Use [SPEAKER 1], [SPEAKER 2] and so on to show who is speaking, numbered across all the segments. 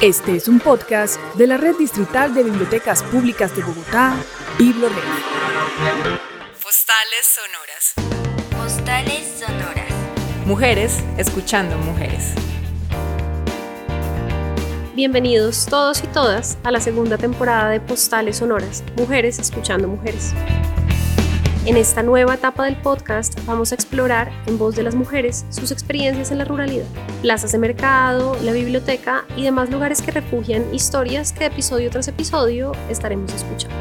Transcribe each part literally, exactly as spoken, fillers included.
[SPEAKER 1] Este es un podcast de la Red Distrital de Bibliotecas Públicas de Bogotá, BibloRed.
[SPEAKER 2] Postales sonoras.
[SPEAKER 3] Postales sonoras.
[SPEAKER 2] Mujeres escuchando mujeres.
[SPEAKER 4] Bienvenidos todos y todas a la segunda temporada de Postales Sonoras, Mujeres Escuchando Mujeres. En esta nueva etapa del podcast vamos a explorar, en voz de las mujeres, sus experiencias en la ruralidad, plazas de mercado, la biblioteca y demás lugares que refugian historias que episodio tras episodio estaremos escuchando.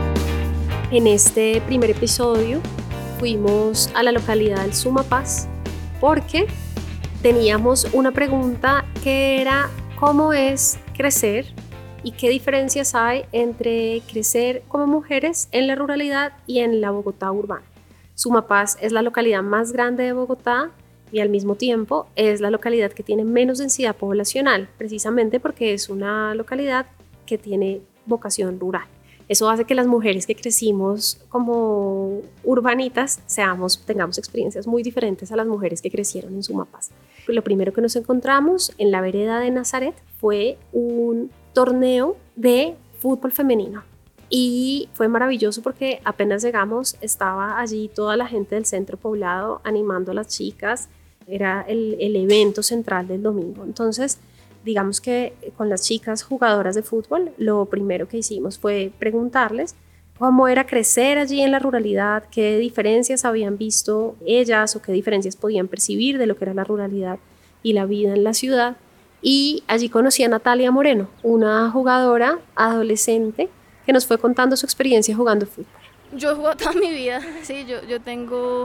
[SPEAKER 4] En este primer episodio fuimos a la localidad del Sumapaz porque teníamos una pregunta que era ¿cómo es crecer y qué diferencias hay entre crecer como mujeres en la ruralidad y en la Bogotá urbana? Sumapaz es la localidad más grande de Bogotá y al mismo tiempo es la localidad que tiene menos densidad poblacional, precisamente porque es una localidad que tiene vocación rural. Eso hace que las mujeres que crecimos como urbanitas seamos, tengamos experiencias muy diferentes a las mujeres que crecieron en Sumapaz. Lo primero que nos encontramos en la vereda de Nazaret fue un torneo de fútbol femenino y fue maravilloso porque apenas llegamos estaba allí toda la gente del centro poblado animando a las chicas. Era el, el evento central del domingo. Entonces digamos que con las chicas jugadoras de fútbol lo primero que hicimos fue preguntarles cómo era crecer allí en la ruralidad, qué diferencias habían visto ellas o qué diferencias podían percibir de lo que era la ruralidad y la vida en la ciudad. Y allí conocí a Natalia Moreno, una jugadora adolescente que nos fue contando su experiencia jugando fútbol.
[SPEAKER 5] Yo he jugado toda mi vida, sí, yo, yo tengo,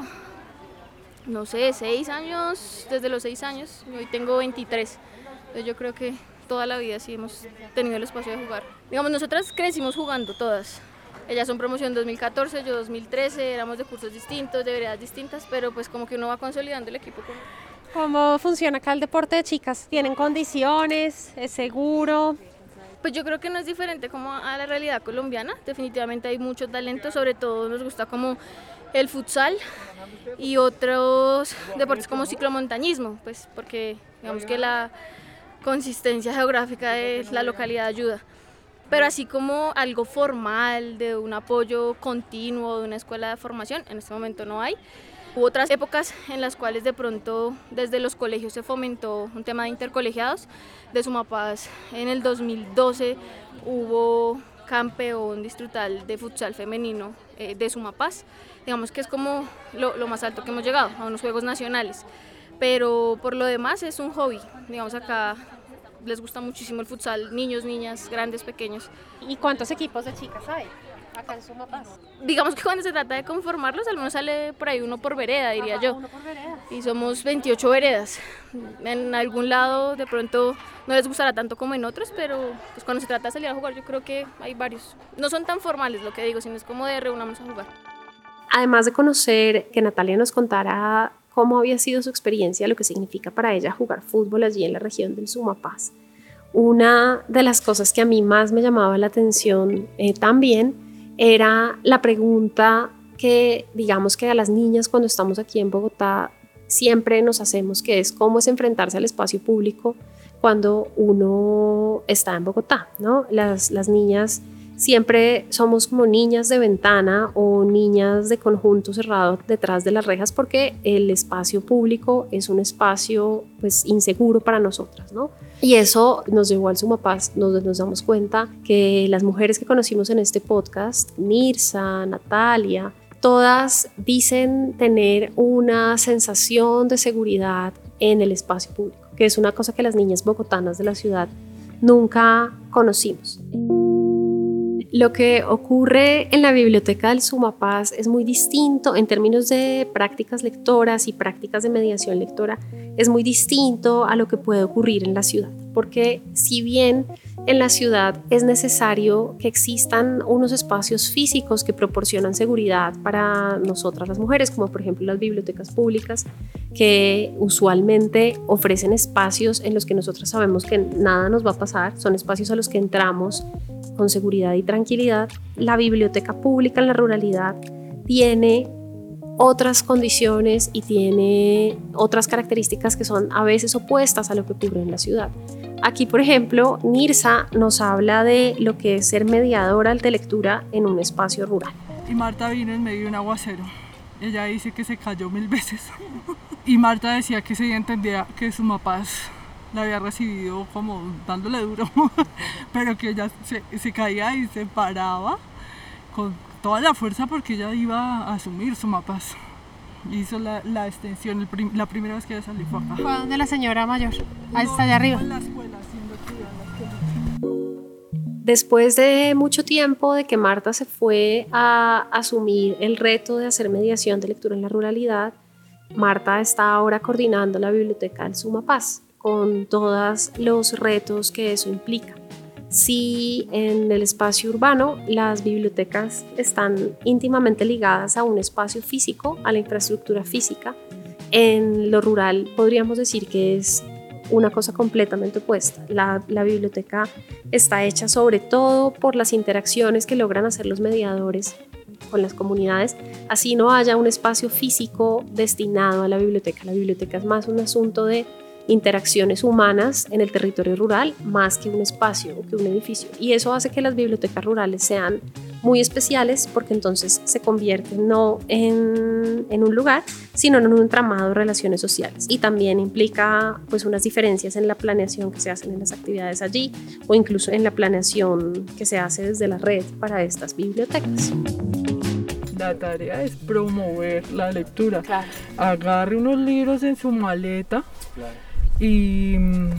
[SPEAKER 5] no sé, seis años, desde los seis años, hoy tengo veintitrés, entonces yo creo que toda la vida sí hemos tenido el espacio de jugar. Digamos, nosotras crecimos jugando todas, ellas son promoción dos mil catorce, yo dos mil trece, éramos de cursos distintos, de veredas distintas, pero pues como que uno va consolidando el equipo con...
[SPEAKER 4] ¿Cómo funciona acá el deporte de chicas? ¿Tienen condiciones? ¿Es seguro?
[SPEAKER 5] Pues yo creo que no es diferente como a la realidad colombiana, definitivamente hay mucho talento, sobre todo nos gusta como el futsal y otros deportes como ciclomontañismo, pues porque digamos que la consistencia geográfica de la localidad ayuda. Pero así como algo formal, de un apoyo continuo, de una escuela de formación, en este momento no hay. Hubo otras épocas en las cuales de pronto desde los colegios se fomentó un tema de intercolegiados. De Sumapaz en el dos mil doce hubo campeón distrital de futsal femenino eh, de Sumapaz. Digamos que es como lo, lo más alto que hemos llegado, a unos juegos nacionales. Pero por lo demás es un hobby, digamos acá les gusta muchísimo el futsal, niños, niñas, grandes, pequeños.
[SPEAKER 4] ¿Y cuántos equipos de chicas hay acá en Sumapaz?
[SPEAKER 5] Digamos que cuando se trata de conformarlos, al menos sale por ahí uno por vereda, diría
[SPEAKER 4] Ajá,
[SPEAKER 5] yo.
[SPEAKER 4] uno por vereda.
[SPEAKER 5] Y somos veintiocho veredas. En algún lado de pronto no les gustará tanto como en otros, pero pues cuando se trata de salir a jugar yo creo que hay varios. No son tan formales lo que digo, sino es como de reunamos a jugar.
[SPEAKER 4] Además de conocer, que Natalia nos contara cómo había sido su experiencia, lo que significa para ella jugar fútbol allí en la región del Sumapaz. Una de las cosas que a mí más me llamaba la atención eh, también era la pregunta que digamos que a las niñas cuando estamos aquí en Bogotá siempre nos hacemos, que es cómo es enfrentarse al espacio público cuando uno está en Bogotá, ¿no? Las, las niñas siempre somos como niñas de ventana o niñas de conjunto cerrado detrás de las rejas porque el espacio público es un espacio pues inseguro para nosotras, ¿no? Y eso nos llevó al Sumapaz, donde nos damos cuenta que las mujeres que conocimos en este podcast, Mirza, Natalia, todas dicen tener una sensación de seguridad en el espacio público, que es una cosa que las niñas bogotanas de la ciudad nunca conocimos. Lo que ocurre en la biblioteca del Sumapaz es muy distinto en términos de prácticas lectoras y prácticas de mediación lectora, es muy distinto a lo que puede ocurrir en la ciudad, porque si bien en la ciudad es necesario que existan unos espacios físicos que proporcionan seguridad para nosotras las mujeres, como por ejemplo las bibliotecas públicas, que usualmente ofrecen espacios en los que nosotras sabemos que nada nos va a pasar, son espacios a los que entramos con seguridad y tranquilidad. La biblioteca pública en la ruralidad tiene otras condiciones y tiene otras características que son a veces opuestas a lo que ocurre en la ciudad. Aquí, por ejemplo, Nirsa nos habla de lo que es ser mediadora de lectura en un espacio rural.
[SPEAKER 6] Y Marta vino en medio de un aguacero. Ella dice que se cayó mil veces. Y Marta decía que se entendía que sus papás la había recibido como dándole duro, pero que ella se, se caía y se paraba con toda la fuerza porque ella iba a asumir sus mapas. Hizo la, la extensión, el prim, la primera vez que ella salió fue acá.
[SPEAKER 7] ¿Fue donde la señora mayor? Ahí está allá arriba.
[SPEAKER 6] En la escuela, haciendo actividad en la escuela.
[SPEAKER 4] Después de mucho tiempo de que Marta se fue a asumir el reto de hacer mediación de lectura en la ruralidad, Marta está ahora coordinando la biblioteca del Sumapaz con todos los retos que eso implica. Si en el espacio urbano las bibliotecas están íntimamente ligadas a un espacio físico, a la infraestructura física, en lo rural podríamos decir que es una cosa completamente opuesta. La, la biblioteca está hecha sobre todo por las interacciones que logran hacer los mediadores con las comunidades, así no haya un espacio físico destinado a la biblioteca. La biblioteca es más un asunto de interacciones humanas en el territorio rural más que un espacio o que un edificio, y eso hace que las bibliotecas rurales sean muy especiales porque entonces se convierten no en, en un lugar sino en un entramado de relaciones sociales, y también implica pues unas diferencias en la planeación que se hacen en las actividades allí o incluso en la planeación que se hace desde la red para estas bibliotecas.
[SPEAKER 6] La tarea es promover la lectura.
[SPEAKER 7] Claro.
[SPEAKER 6] Agarre unos libros en su maleta.
[SPEAKER 7] Claro.
[SPEAKER 6] Y,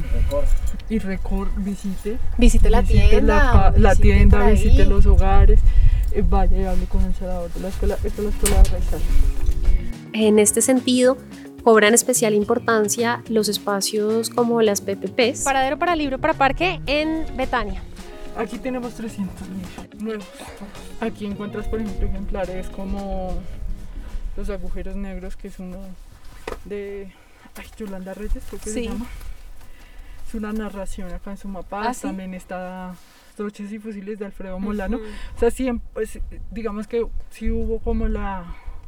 [SPEAKER 6] y recor, visite,
[SPEAKER 7] visite la
[SPEAKER 6] visite
[SPEAKER 7] tienda,
[SPEAKER 6] la, la
[SPEAKER 7] visite
[SPEAKER 6] tienda, visite los hogares, eh, vaya y hable con el celador de la escuela. Esta es la escuela de Raizal.
[SPEAKER 4] En este sentido, cobran especial importancia los espacios como las P P Ps.
[SPEAKER 7] Paradero para libro para parque en Betania.
[SPEAKER 6] Aquí tenemos trescientos libros nuevos. Aquí encuentras, por ejemplo, ejemplares como Los agujeros negros, que es uno de ay, Yolanda Reyes, creo que sí. Se llama. Es una narración acá en Sumapaz. ¿Ah, sí? También está Troches y fusiles de Alfredo Molano. Uh-huh. O sea, siempre, pues, digamos que sí hubo como la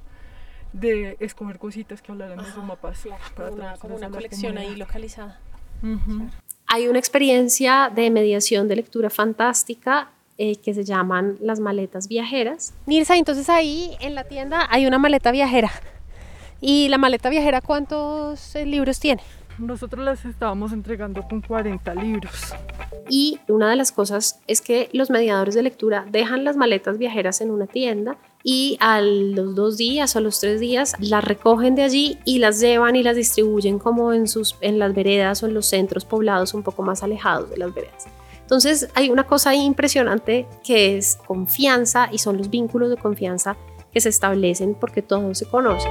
[SPEAKER 6] de escoger cositas que hablaran de Sumapaz.
[SPEAKER 7] Claro, para una, como una colección ahí localizada.
[SPEAKER 6] Uh-huh. Claro.
[SPEAKER 4] Hay una experiencia de mediación de lectura fantástica eh, que se llaman las maletas viajeras.
[SPEAKER 7] Nirsa, entonces ahí en la tienda hay una maleta viajera. ¿Y la maleta viajera cuántos eh, libros tiene?
[SPEAKER 6] Nosotros las estábamos entregando con cuarenta libros.
[SPEAKER 4] Y una de las cosas es que los mediadores de lectura dejan las maletas viajeras en una tienda y a los dos días o los tres días las recogen de allí y las llevan y las distribuyen como en, sus, en las veredas o en los centros poblados un poco más alejados de las veredas. Entonces hay una cosa impresionante que es confianza, y son los vínculos de confianza que se establecen porque todos se conocen.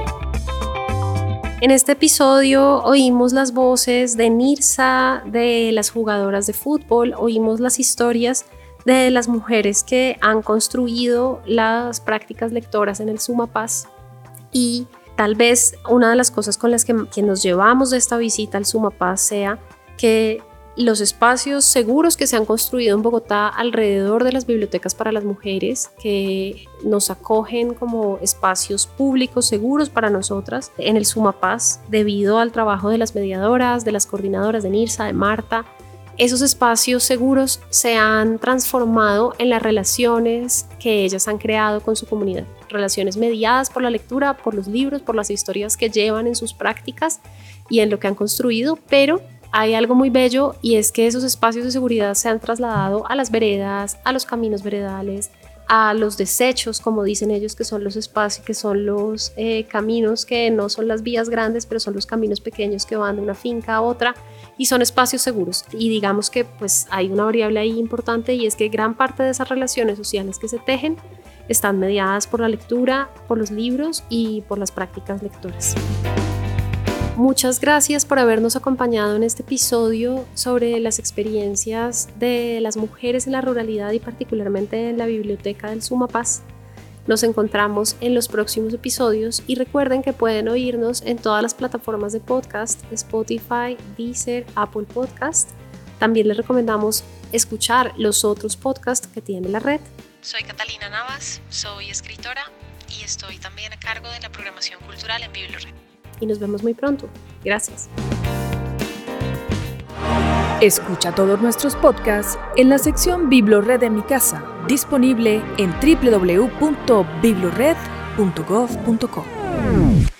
[SPEAKER 4] En este episodio oímos las voces de Nirsa, de las jugadoras de fútbol, oímos las historias de las mujeres que han construido las prácticas lectoras en el Sumapaz, y tal vez una de las cosas con las que, que nos llevamos de esta visita al Sumapaz sea que los espacios seguros que se han construido en Bogotá alrededor de las bibliotecas para las mujeres, que nos acogen como espacios públicos seguros para nosotras en el Sumapaz, debido al trabajo de las mediadoras, de las coordinadoras de Nirsa, de Marta, esos espacios seguros se han transformado en las relaciones que ellas han creado con su comunidad. Relaciones mediadas por la lectura, por los libros, por las historias que llevan en sus prácticas y en lo que han construido, pero hay algo muy bello, y es que esos espacios de seguridad se han trasladado a las veredas, a los caminos veredales, a los desechos, como dicen ellos, que son los espacios, que son los eh, caminos que no son las vías grandes, pero son los caminos pequeños que van de una finca a otra, y son espacios seguros. Y digamos que pues hay una variable ahí importante, y es que gran parte de esas relaciones sociales que se tejen están mediadas por la lectura, por los libros y por las prácticas lectoras. Muchas gracias por habernos acompañado en este episodio sobre las experiencias de las mujeres en la ruralidad y particularmente en la biblioteca del Sumapaz. Nos encontramos en los próximos episodios y recuerden que pueden oírnos en todas las plataformas de podcast, Spotify, Deezer, Apple Podcast. También les recomendamos escuchar los otros podcasts que tiene la red.
[SPEAKER 8] Soy Catalina Navas, soy escritora y estoy también a cargo de la programación cultural en BiblioRed.
[SPEAKER 4] Y nos vemos muy pronto. Gracias.
[SPEAKER 1] Escucha todos nuestros podcasts en la sección Biblored en mi casa, disponible en doble u doble u doble u punto biblored punto gov punto co.